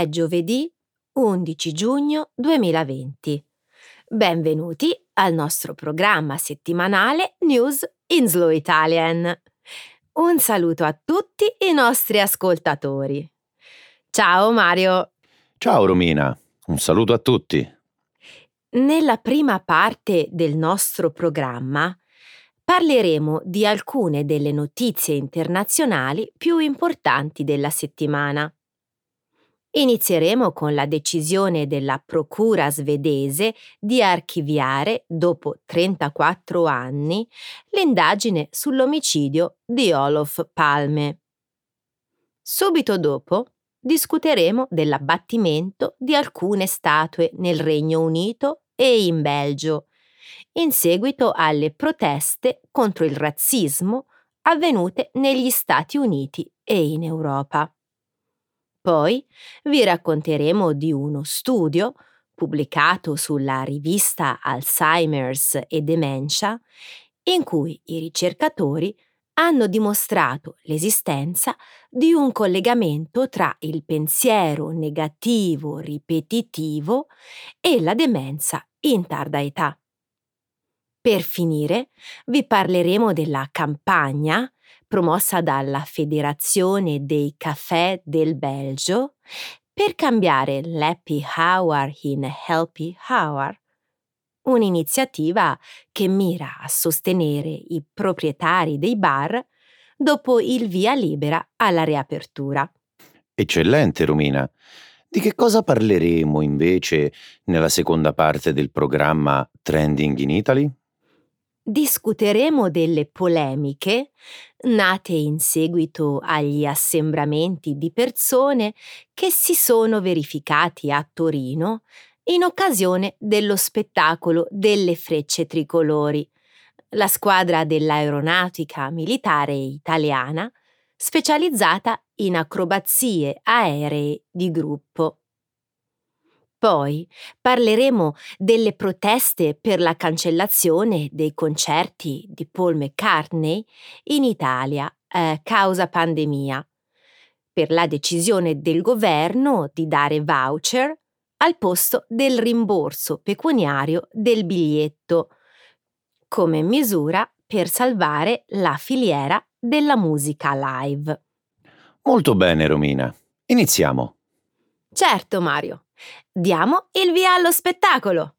È giovedì 11 giugno 2020. Benvenuti al nostro programma settimanale News in Slow Italian. Un saluto a tutti i nostri ascoltatori. Ciao Mario! Ciao Romina, un saluto a tutti. Nella prima parte del nostro programma parleremo di alcune delle notizie internazionali più importanti della settimana. Inizieremo con la decisione della procura svedese di archiviare, dopo 34 anni, l'indagine sull'omicidio di Olof Palme. Subito dopo discuteremo dell'abbattimento di alcune statue nel Regno Unito e in Belgio, in seguito alle proteste contro il razzismo avvenute negli Stati Uniti e in Europa. Poi vi racconteremo di uno studio pubblicato sulla rivista Alzheimer's e Dementia, in cui i ricercatori hanno dimostrato l'esistenza di un collegamento tra il pensiero negativo ripetitivo e la demenza in tarda età. Per finire, vi parleremo della campagna promossa dalla Federazione dei Caffè del Belgio per cambiare l'happy hour in healthy hour, un'iniziativa che mira a sostenere i proprietari dei bar dopo il via libera alla riapertura. Eccellente Romina. Di che cosa parleremo invece nella seconda parte del programma Trending in Italy? Discuteremo delle polemiche nate in seguito agli assembramenti di persone che si sono verificati a Torino in occasione dello spettacolo delle Frecce Tricolori, la squadra dell'Aeronautica Militare Italiana specializzata in acrobazie aeree di gruppo. Poi parleremo delle proteste per la cancellazione dei concerti di Paul McCartney in Italia causa pandemia, per la decisione del governo di dare voucher al posto del rimborso pecuniario del biglietto, come misura per salvare la filiera della musica live. Molto bene Romina. Iniziamo. Certo, Mario. Diamo il via allo spettacolo!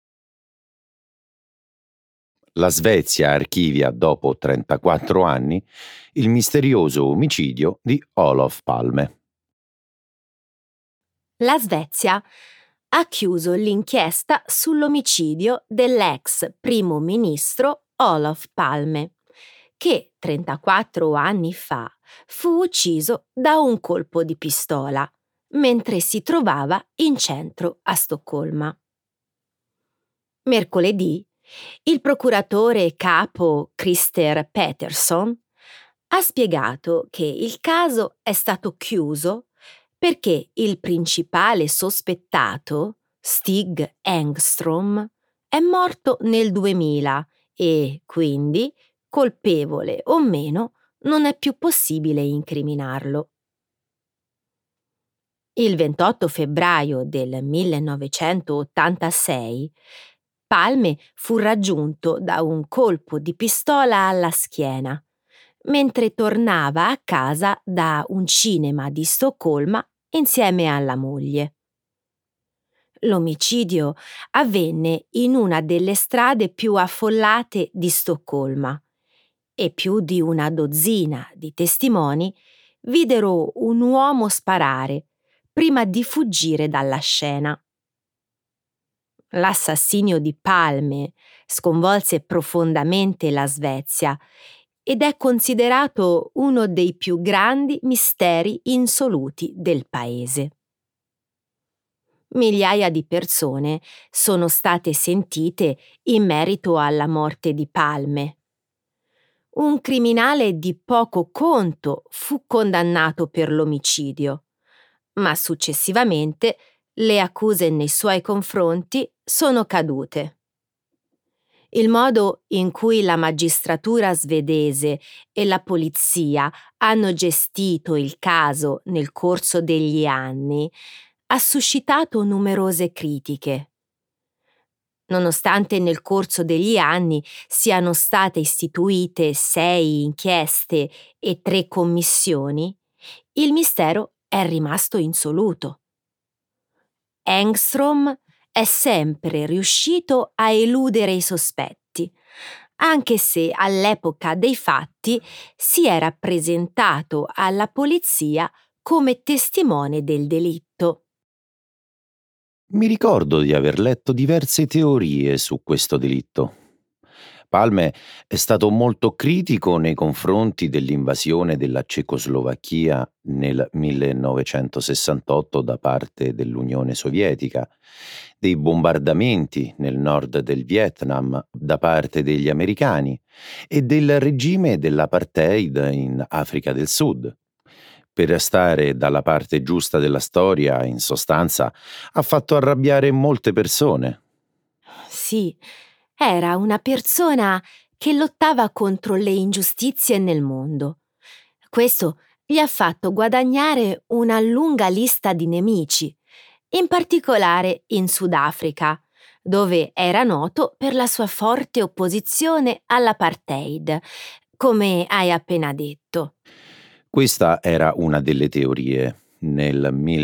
La Svezia archivia dopo 34 anni il misterioso omicidio di Olof Palme. La Svezia ha chiuso l'inchiesta sull'omicidio dell'ex primo ministro Olof Palme, che 34 anni fa fu ucciso da un colpo di pistola mentre si trovava in centro a Stoccolma. Mercoledì, il procuratore capo Christer Petersson ha spiegato che il caso è stato chiuso perché il principale sospettato, Stig Engström, è morto nel 2000 e, quindi, colpevole o meno, non è più possibile incriminarlo. Il 28 febbraio del 1986 Palme fu raggiunto da un colpo di pistola alla schiena, mentre tornava a casa da un cinema di Stoccolma insieme alla moglie. L'omicidio avvenne in una delle strade più affollate di Stoccolma e più di una dozzina di testimoni videro un uomo sparare prima di fuggire dalla scena. L'assassinio di Palme sconvolse profondamente la Svezia ed è considerato uno dei più grandi misteri insoluti del paese. Migliaia di persone sono state sentite in merito alla morte di Palme. Un criminale di poco conto fu condannato per l'omicidio, ma successivamente le accuse nei suoi confronti sono cadute. Il modo in cui la magistratura svedese e la polizia hanno gestito il caso nel corso degli anni ha suscitato numerose critiche. Nonostante nel corso degli anni siano state istituite 6 inchieste e 3 commissioni, il mistero è rimasto insoluto. Engstrom è sempre riuscito a eludere i sospetti, anche se all'epoca dei fatti si era presentato alla polizia come testimone del delitto. Mi ricordo di aver letto diverse teorie su questo delitto. Palme è stato molto critico nei confronti dell'invasione della Cecoslovacchia nel 1968 da parte dell'Unione Sovietica, dei bombardamenti nel nord del Vietnam da parte degli americani e del regime dell'apartheid in Africa del Sud. Per stare dalla parte giusta della storia, in sostanza, ha fatto arrabbiare molte persone. Sì, era una persona che lottava contro le ingiustizie nel mondo. Questo gli ha fatto guadagnare una lunga lista di nemici, in particolare in Sudafrica, dove era noto per la sua forte opposizione all'apartheid, come hai appena detto. Questa era una delle teorie. Nel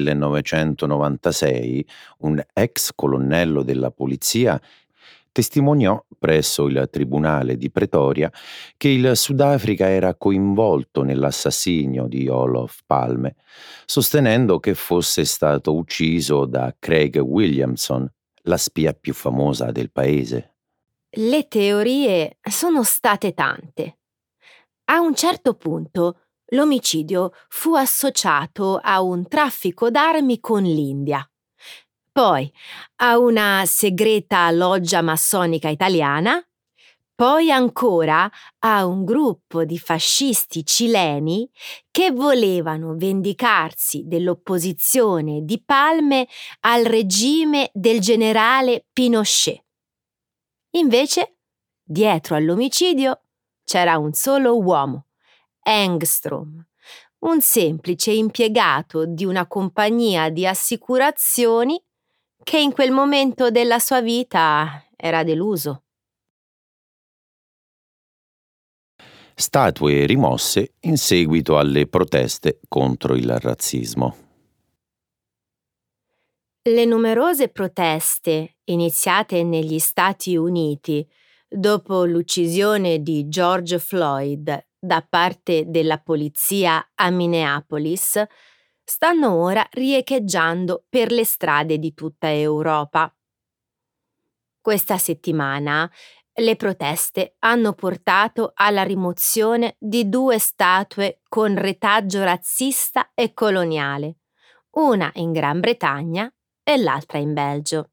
1996 un ex colonnello della polizia testimoniò presso il tribunale di Pretoria che il Sudafrica era coinvolto nell'assassinio di Olof Palme, sostenendo che fosse stato ucciso da Craig Williamson, la spia più famosa del paese. Le teorie sono state tante. A un certo punto l'omicidio fu associato a un traffico d'armi con l'India, poi a una segreta loggia massonica italiana, poi ancora a un gruppo di fascisti cileni che volevano vendicarsi dell'opposizione di Palme al regime del generale Pinochet. Invece, dietro all'omicidio c'era un solo uomo, Engstrom, un semplice impiegato di una compagnia di assicurazioni che in quel momento della sua vita era deluso. Statue rimosse in seguito alle proteste contro il razzismo. Le numerose proteste iniziate negli Stati Uniti dopo l'uccisione di George Floyd da parte della polizia a Minneapolis stanno ora riecheggiando per le strade di tutta Europa. Questa settimana le proteste hanno portato alla rimozione di 2 statue con retaggio razzista e coloniale, una in Gran Bretagna e l'altra in Belgio.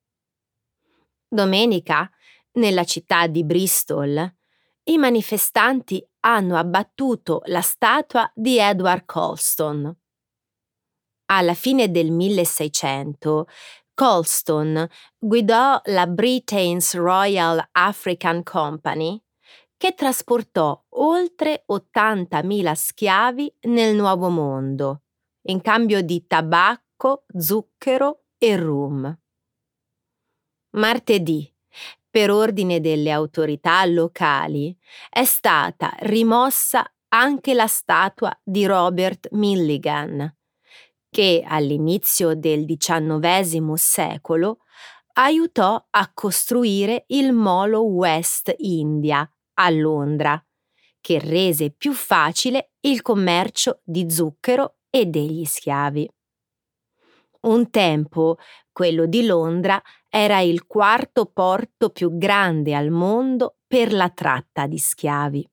Domenica, nella città di Bristol, i manifestanti hanno abbattuto la statua di Edward Colston. Alla fine del 1600, Colston guidò la Britain's Royal African Company, che trasportò oltre 80.000 schiavi nel Nuovo Mondo, in cambio di tabacco, zucchero e rum. Martedì, per ordine delle autorità locali, è stata rimossa anche la statua di Robert Milligan, che all'inizio del XIX secolo aiutò a costruire il molo West India a Londra, che rese più facile il commercio di zucchero e degli schiavi. Un tempo, quello di Londra era il 4º porto più grande al mondo per la tratta di schiavi.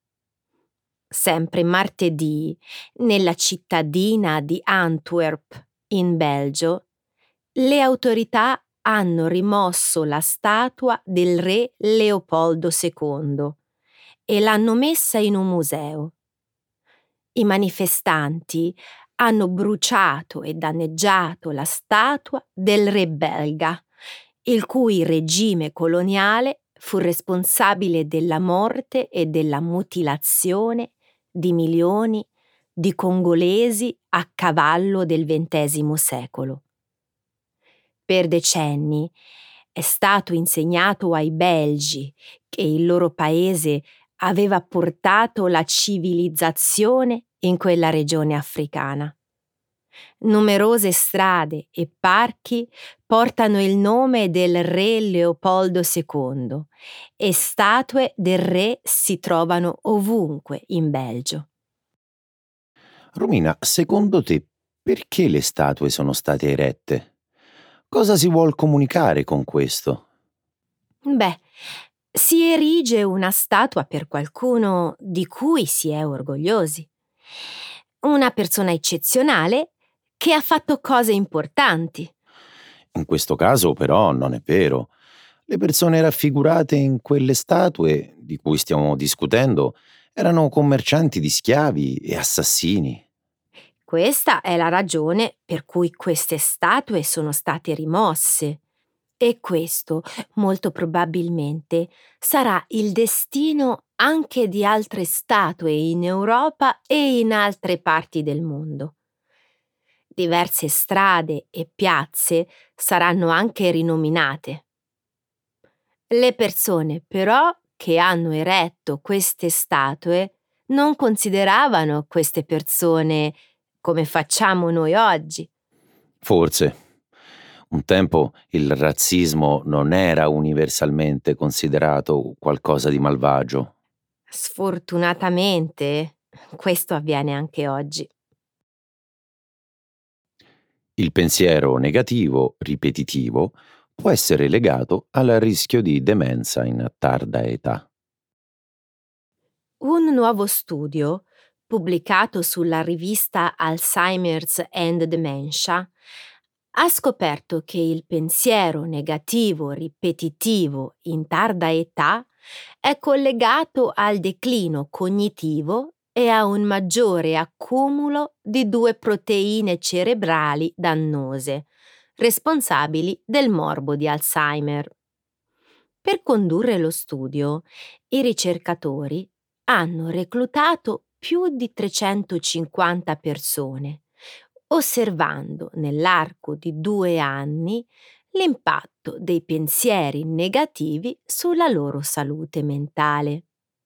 Sempre martedì, nella cittadina di Antwerp, in Belgio, le autorità hanno rimosso la statua del re Leopoldo II e l'hanno messa in un museo. I manifestanti hanno bruciato e danneggiato la statua del re belga, il cui regime coloniale fu responsabile della morte e della mutilazione di milioni di congolesi a cavallo del XX secolo. Per decenni è stato insegnato ai belgi che il loro paese aveva portato la civilizzazione in quella regione africana. Numerose strade e parchi portano il nome del re Leopoldo II e statue del re si trovano ovunque in Belgio. Romina, secondo te perché le statue sono state erette? Cosa si vuol comunicare con questo? Beh, si erige una statua per qualcuno di cui si è orgogliosi. Una persona eccezionale che ha fatto cose importanti. In questo caso però non è vero. Le persone raffigurate in quelle statue di cui stiamo discutendo erano commercianti di schiavi e assassini. Questa è la ragione per cui queste statue sono state rimosse. E questo, molto probabilmente, sarà il destino anche di altre statue in Europa e in altre parti del mondo. Diverse strade e piazze saranno anche rinominate. Le persone, però, che hanno eretto queste statue non consideravano queste persone come facciamo noi oggi. Forse. Un tempo il razzismo non era universalmente considerato qualcosa di malvagio. Sfortunatamente, questo avviene anche oggi. Il pensiero negativo, ripetitivo, può essere legato al rischio di demenza in tarda età. Un nuovo studio, pubblicato sulla rivista Alzheimer's and Dementia, ha scoperto che il pensiero negativo ripetitivo in tarda età è collegato al declino cognitivo e a un maggiore accumulo di due proteine cerebrali dannose, responsabili del morbo di Alzheimer. Per condurre lo studio, i ricercatori hanno reclutato più di 350 persone, osservando nell'arco di 2 anni l'impatto dei pensieri negativi sulla loro salute mentale.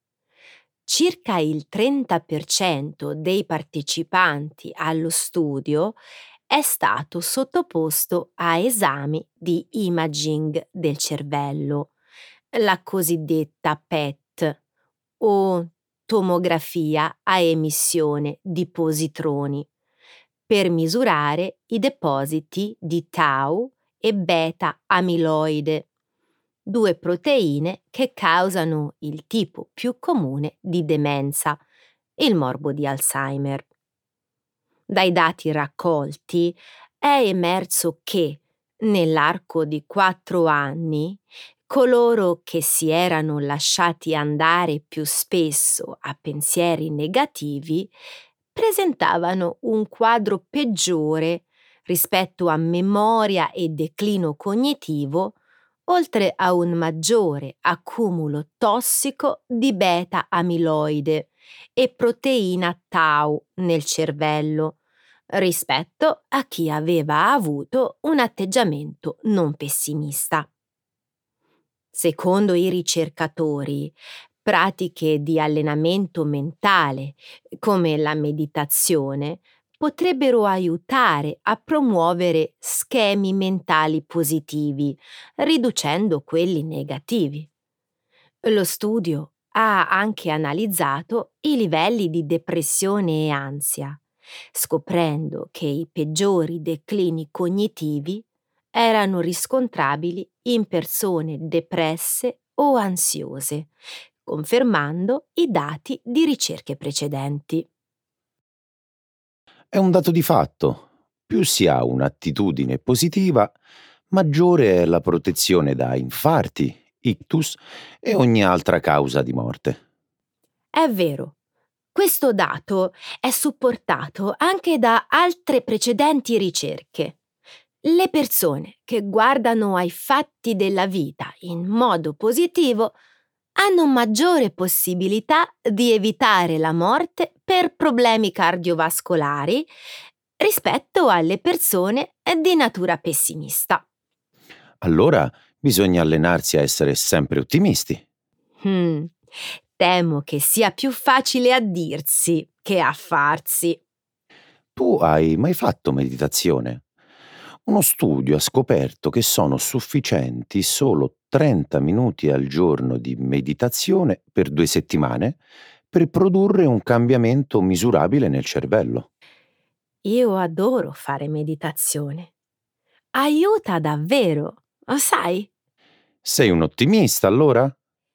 Circa il 30% dei partecipanti allo studio è stato sottoposto a esami di imaging del cervello, la cosiddetta PET o tomografia a emissione di positroni, per misurare i depositi di tau e beta-amiloide, due proteine che causano il tipo più comune di demenza, il morbo di Alzheimer. Dai dati raccolti è emerso che, nell'arco di 4 anni, coloro che si erano lasciati andare più spesso a pensieri negativi presentavano un quadro peggiore rispetto a memoria e declino cognitivo, oltre a un maggiore accumulo tossico di beta-amiloide e proteina tau nel cervello, rispetto a chi aveva avuto un atteggiamento non pessimista. Secondo i ricercatori, pratiche di allenamento mentale, come la meditazione, potrebbero aiutare a promuovere schemi mentali positivi, riducendo quelli negativi. Lo studio ha anche analizzato i livelli di depressione e ansia, scoprendo che i peggiori declini cognitivi erano riscontrabili in persone depresse o ansiose, confermando i dati di ricerche precedenti. È un dato di fatto. Più si ha un'attitudine positiva, maggiore è la protezione da infarti, ictus e ogni altra causa di morte. È vero, questo dato è supportato anche da altre precedenti ricerche. Le persone che guardano ai fatti della vita in modo positivo hanno maggiore possibilità di evitare la morte per problemi cardiovascolari rispetto alle persone di natura pessimista. Allora bisogna allenarsi a essere sempre ottimisti. Mm, Temo che sia più facile a dirsi che a farsi. Tu hai mai fatto meditazione? Uno studio ha scoperto che sono sufficienti solo 30 minuti al giorno di meditazione per 2 settimane per produrre un cambiamento misurabile nel cervello. Io adoro fare meditazione. Aiuta davvero, lo sai? Sei un ottimista allora?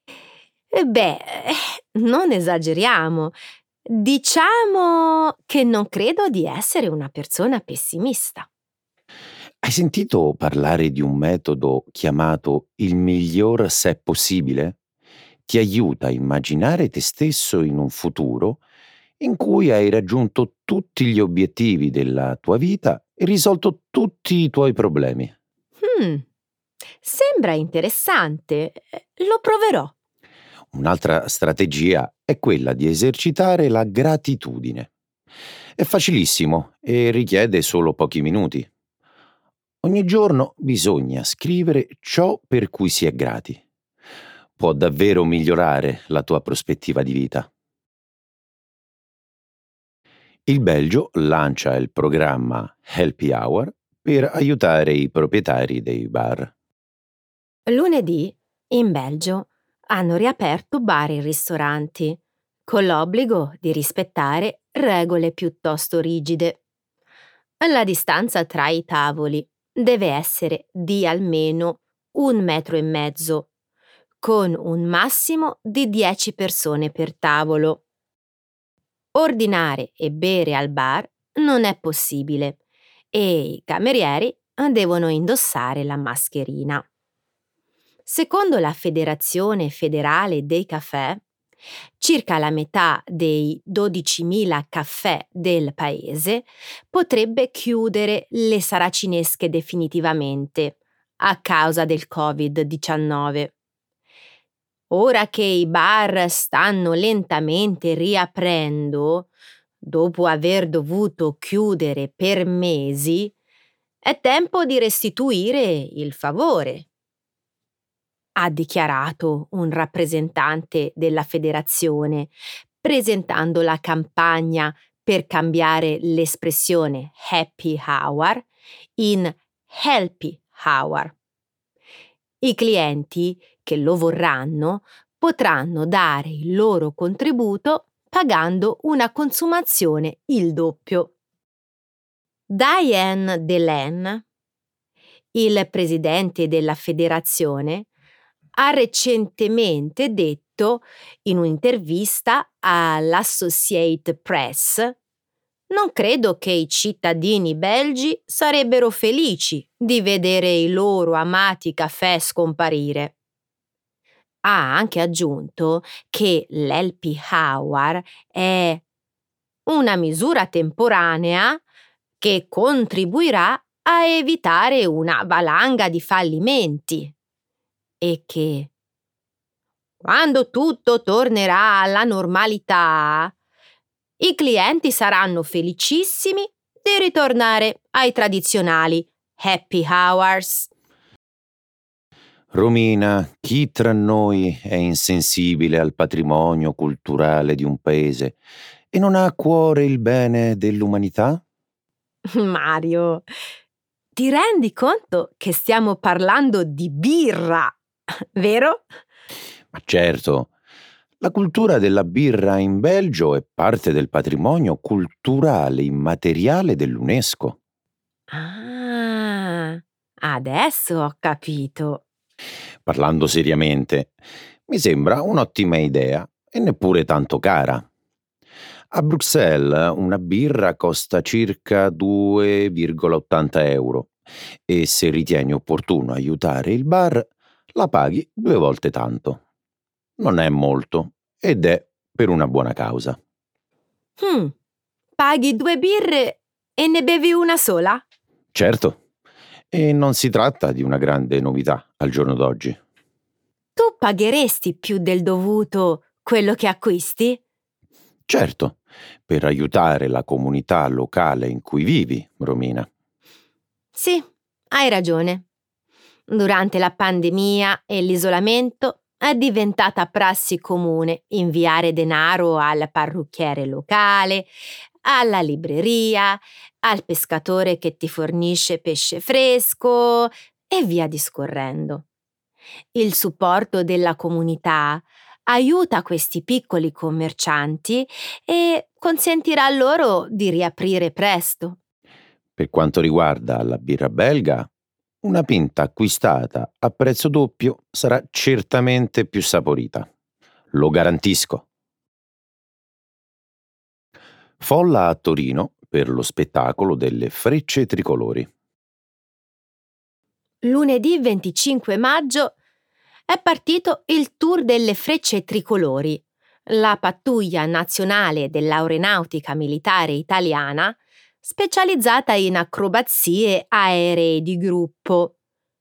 Non esageriamo. Diciamo che non credo di essere una persona pessimista. Hai sentito parlare di un metodo chiamato il miglior se possibile? Ti aiuta a immaginare te stesso in un futuro in cui hai raggiunto tutti gli obiettivi della tua vita e risolto tutti i tuoi problemi. Hmm, Sembra interessante. Lo proverò. Un'altra strategia è quella di esercitare la gratitudine. È facilissimo e richiede solo pochi minuti. Ogni giorno bisogna scrivere ciò per cui si è grati. Può davvero migliorare la tua prospettiva di vita. Il Belgio lancia il programma Happy Hour per aiutare i proprietari dei bar. Lunedì, in Belgio, hanno riaperto bar e ristoranti, con l'obbligo di rispettare regole piuttosto rigide. La distanza tra i tavoli deve essere di almeno 1,5 metri, con un massimo di 10 persone per tavolo. Ordinare e bere al bar non è possibile e i camerieri devono indossare la mascherina. Secondo la Federazione Federale dei Caffè, circa la metà dei 12.000 caffè del paese potrebbe chiudere le saracinesche definitivamente a causa del Covid-19. Ora che i bar stanno lentamente riaprendo, dopo aver dovuto chiudere per mesi, è tempo di restituire il favore, ha dichiarato un rappresentante della federazione, presentando la campagna per cambiare l'espressione Happy Hour in Healthy Hour. I clienti che lo vorranno potranno dare il loro contributo pagando una consumazione il doppio. Diane Delaine, il presidente della federazione, ha recentemente detto in un'intervista all'Associated Press: «Non credo che i cittadini belgi sarebbero felici di vedere i loro amati caffè scomparire». Ha anche aggiunto che l'Happy Hour è una misura temporanea che contribuirà a evitare una valanga di fallimenti e che, quando tutto tornerà alla normalità, i clienti saranno felicissimi di ritornare ai tradizionali happy hours. Romina, chi tra noi è insensibile al patrimonio culturale di un paese e non ha a cuore il bene dell'umanità? Mario, ti rendi conto che stiamo parlando di birra, vero? Ma certo, la cultura della birra in Belgio è parte del patrimonio culturale immateriale dell'UNESCO. Ah, adesso ho capito. Parlando seriamente, mi sembra un'ottima idea e neppure tanto cara. A Bruxelles una birra costa circa 2,80 euro e se ritieni opportuno aiutare il bar, la paghi 2 volte tanto. Non è molto ed è per una buona causa. Hmm, Paghi 2 birre e ne bevi una sola? Certo, e non si tratta di una grande novità al giorno d'oggi. Tu pagheresti più del dovuto quello che acquisti? Certo, per aiutare la comunità locale in cui vivi, Romina. Sì, hai ragione. Durante la pandemia e l'isolamento è diventata prassi comune inviare denaro al parrucchiere locale, alla libreria, al pescatore che ti fornisce pesce fresco e via discorrendo. Il supporto della comunità aiuta questi piccoli commercianti e consentirà loro di riaprire presto. Per quanto riguarda la birra belga, una pinta acquistata a prezzo doppio sarà certamente più saporita. Lo garantisco. Folla a Torino per lo spettacolo delle Frecce Tricolori. Lunedì 25 maggio è partito il Tour delle Frecce Tricolori, la pattuglia nazionale dell'Aeronautica Militare Italiana specializzata in acrobazie aeree di gruppo.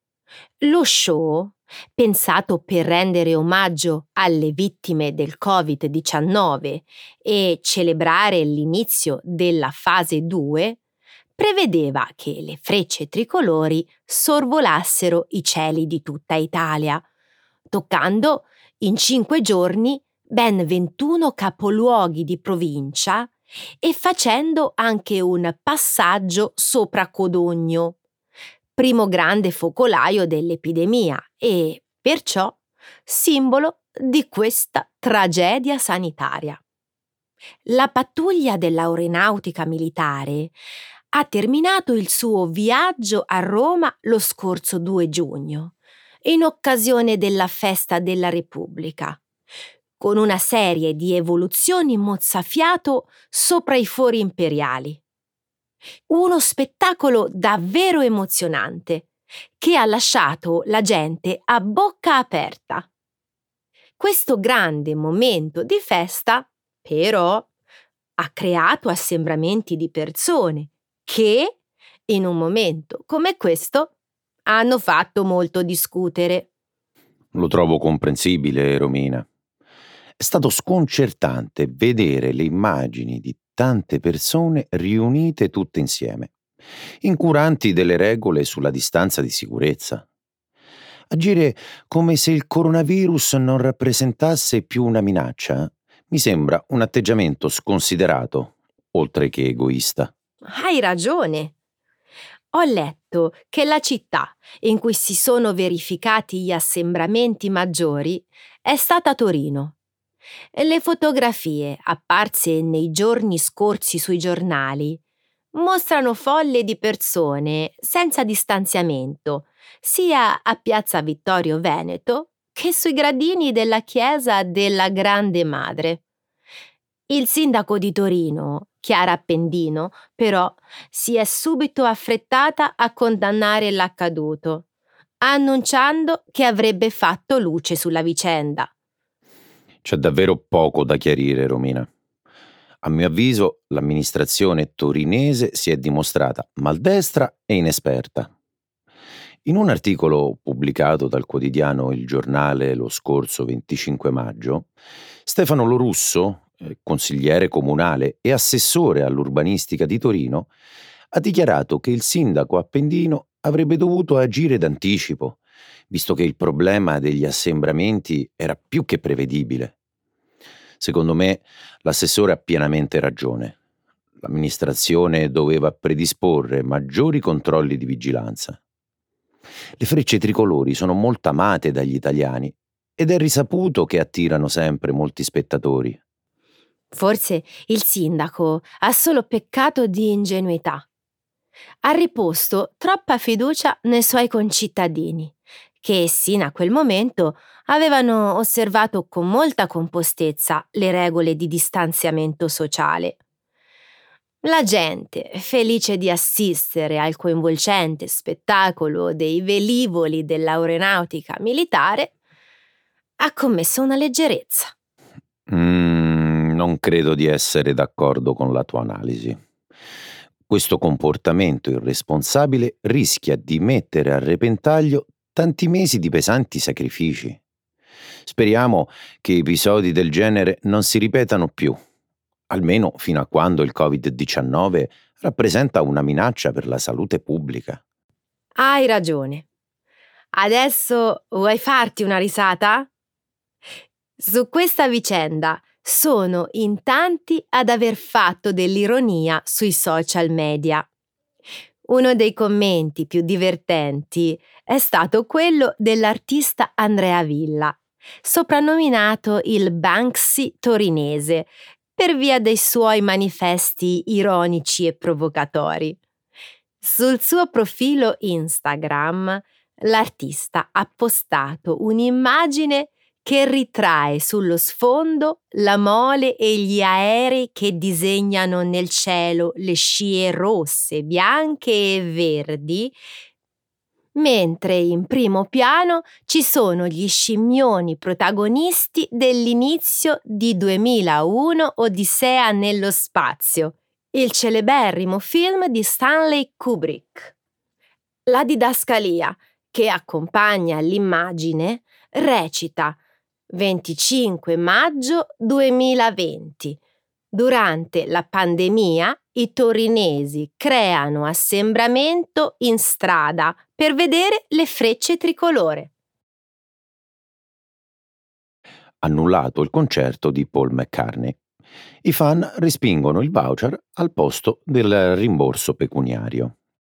Lo show, pensato per rendere omaggio alle vittime del Covid-19 e celebrare l'inizio della fase 2, prevedeva che le frecce tricolori sorvolassero i cieli di tutta Italia, toccando in 5 giorni ben 21 capoluoghi di provincia e facendo anche un passaggio sopra Codogno, primo grande focolaio dell'epidemia e, perciò, simbolo di questa tragedia sanitaria. La pattuglia dell'Aeronautica Militare ha terminato il suo viaggio a Roma lo scorso 2 giugno, in occasione della Festa della Repubblica, con una serie di evoluzioni mozzafiato sopra i fori imperiali. Uno spettacolo davvero emozionante, che ha lasciato la gente a bocca aperta. Questo grande momento di festa, però, ha creato assembramenti di persone che, in un momento come questo, hanno fatto molto discutere. Lo trovo comprensibile, Romina. È stato sconcertante vedere le immagini di tante persone riunite tutte insieme, incuranti delle regole sulla distanza di sicurezza. Agire come se il coronavirus non rappresentasse più una minaccia mi sembra un atteggiamento sconsiderato, oltre che egoista. Hai ragione. Ho letto che la città in cui si sono verificati gli assembramenti maggiori è stata Torino. Le fotografie apparse nei giorni scorsi sui giornali mostrano folle di persone senza distanziamento, sia a Piazza Vittorio Veneto che sui gradini della chiesa della Grande Madre. Il sindaco di Torino, Chiara Appendino, però, si è subito affrettata a condannare l'accaduto, annunciando che avrebbe fatto luce sulla vicenda. C'è davvero poco da chiarire, Romina. A mio avviso, l'amministrazione torinese si è dimostrata maldestra e inesperta. In un articolo pubblicato dal quotidiano Il Giornale lo scorso 25 maggio, Stefano Lorusso, consigliere comunale e assessore all'urbanistica di Torino, ha dichiarato che il sindaco Appendino avrebbe dovuto agire d'anticipo, visto che il problema degli assembramenti era più che prevedibile. Secondo me, l'assessore ha pienamente ragione. L'amministrazione doveva predisporre maggiori controlli di vigilanza. Le frecce tricolori sono molto amate dagli italiani ed è risaputo che attirano sempre molti spettatori. Forse il sindaco ha solo peccato di ingenuità. Ha riposto troppa fiducia nei suoi concittadini, che sino a quel momento avevano osservato con molta compostezza le regole di distanziamento sociale. La gente, felice di assistere al coinvolgente spettacolo dei velivoli dell'aeronautica militare, ha commesso una leggerezza. Non credo di essere d'accordo con la tua analisi. Questo comportamento irresponsabile rischia di mettere a repentaglio tanti mesi di pesanti sacrifici. Speriamo che episodi del genere non si ripetano più, almeno fino a quando il Covid-19 rappresenta una minaccia per la salute pubblica. Hai ragione. Adesso vuoi farti una risata? Su questa vicenda sono in tanti ad aver fatto dell'ironia sui social media. Uno dei commenti più divertenti è stato quello dell'artista Andrea Villa, soprannominato il Banksy torinese per via dei suoi manifesti ironici e provocatori. Sul suo profilo Instagram, l'artista ha postato un'immagine che ritrae sullo sfondo la mole e gli aerei che disegnano nel cielo le scie rosse, bianche e verdi, mentre in primo piano ci sono gli scimmioni protagonisti dell'inizio di 2001 Odissea nello spazio, il celeberrimo film di Stanley Kubrick. La didascalia che accompagna l'immagine recita 25 maggio 2020. Durante la pandemia i torinesi creano assembramento in strada per vedere le frecce tricolore. Annullato il concerto di Paul McCartney. I fan respingono il voucher al posto del rimborso pecuniario.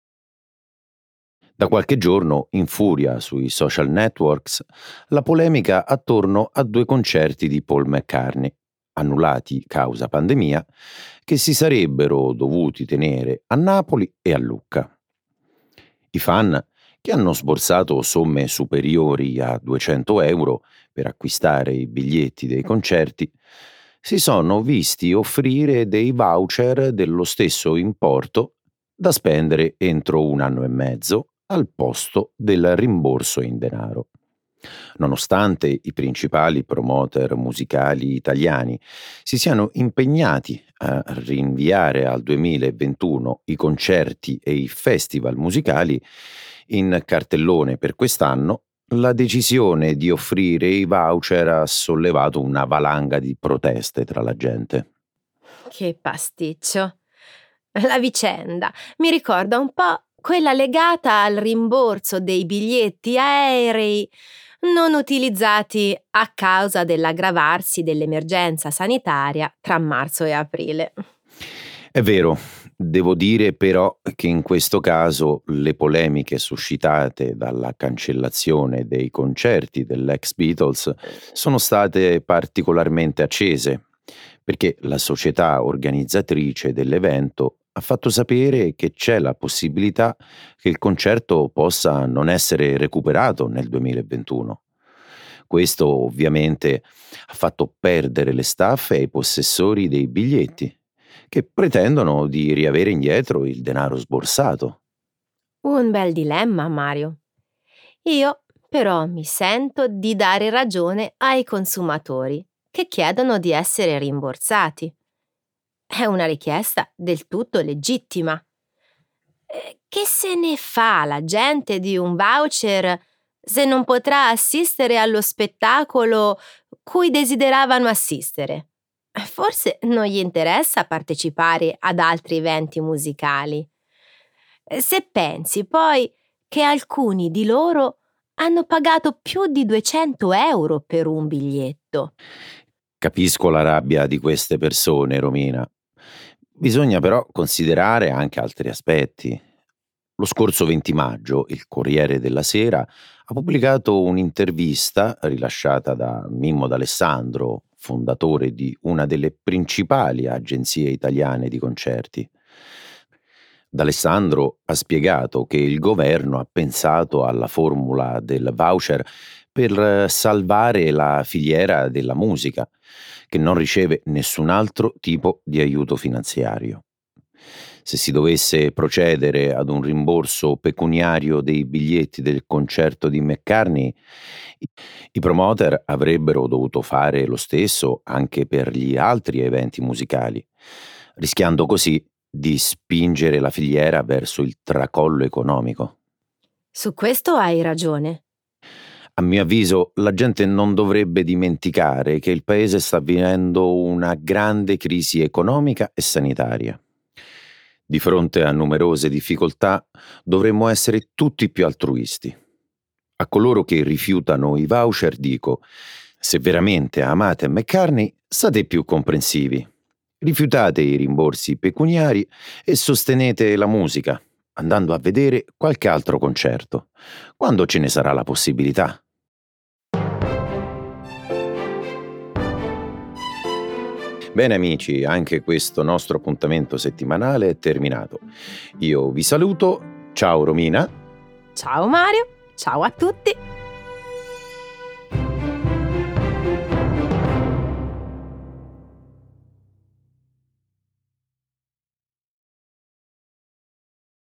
Da qualche giorno infuria sui social networks la polemica attorno a due concerti di Paul McCartney, annullati causa pandemia, che si sarebbero dovuti tenere a Napoli e a Lucca. I fan, che hanno sborsato somme superiori a 200 euro per acquistare i biglietti dei concerti, si sono visti offrire dei voucher dello stesso importo da spendere entro 1 anno e mezzo al posto del rimborso in denaro. Nonostante i principali promoter musicali italiani si siano impegnati a rinviare al 2021 i concerti e i festival musicali in cartellone per quest'anno, la decisione di offrire i voucher ha sollevato una valanga di proteste tra la gente. Che pasticcio! La vicenda mi ricorda un po' quella legata al rimborso dei biglietti aerei non utilizzati a causa dell'aggravarsi dell'emergenza sanitaria tra marzo e aprile. È vero, devo dire però che in questo caso le polemiche suscitate dalla cancellazione dei concerti dell'ex Beatles sono state particolarmente accese, perché la società organizzatrice dell'evento ha fatto sapere che c'è la possibilità che il concerto possa non essere recuperato nel 2021. Questo ovviamente ha fatto perdere le staffe ai possessori dei biglietti, che pretendono di riavere indietro il denaro sborsato. Un bel dilemma, Mario. Io però mi sento di dare ragione ai consumatori che chiedono di essere rimborsati. È una richiesta del tutto legittima. Che se ne fa la gente di un voucher se non potrà assistere allo spettacolo cui desideravano assistere? Forse non gli interessa partecipare ad altri eventi musicali. Se pensi poi che alcuni di loro hanno pagato più di 200 euro per un biglietto. Capisco la rabbia di queste persone, Romina. Bisogna però considerare anche altri aspetti. Lo scorso 20 maggio il Corriere della Sera ha pubblicato un'intervista rilasciata da Mimmo D'Alessandro, fondatore di una delle principali agenzie italiane di concerti. D'Alessandro ha spiegato che il governo ha pensato alla formula del voucher per salvare la filiera della musica, che non riceve nessun altro tipo di aiuto finanziario. Se si dovesse procedere ad un rimborso pecuniario dei biglietti del concerto di McCartney, i i promoter avrebbero dovuto fare lo stesso anche per gli altri eventi musicali, rischiando così di spingere la filiera verso il tracollo economico. Su questo hai ragione. A mio avviso, la gente non dovrebbe dimenticare che il paese sta vivendo una grande crisi economica e sanitaria. Di fronte a numerose difficoltà, dovremmo essere tutti più altruisti. A coloro che rifiutano i voucher dico: se veramente amate McCartney, state più comprensivi. Rifiutate i rimborsi pecuniari e sostenete la musica, andando a vedere qualche altro concerto, quando ce ne sarà la possibilità. Bene amici, anche questo nostro appuntamento settimanale è terminato. Io vi saluto, ciao Romina. Ciao Mario, ciao a tutti!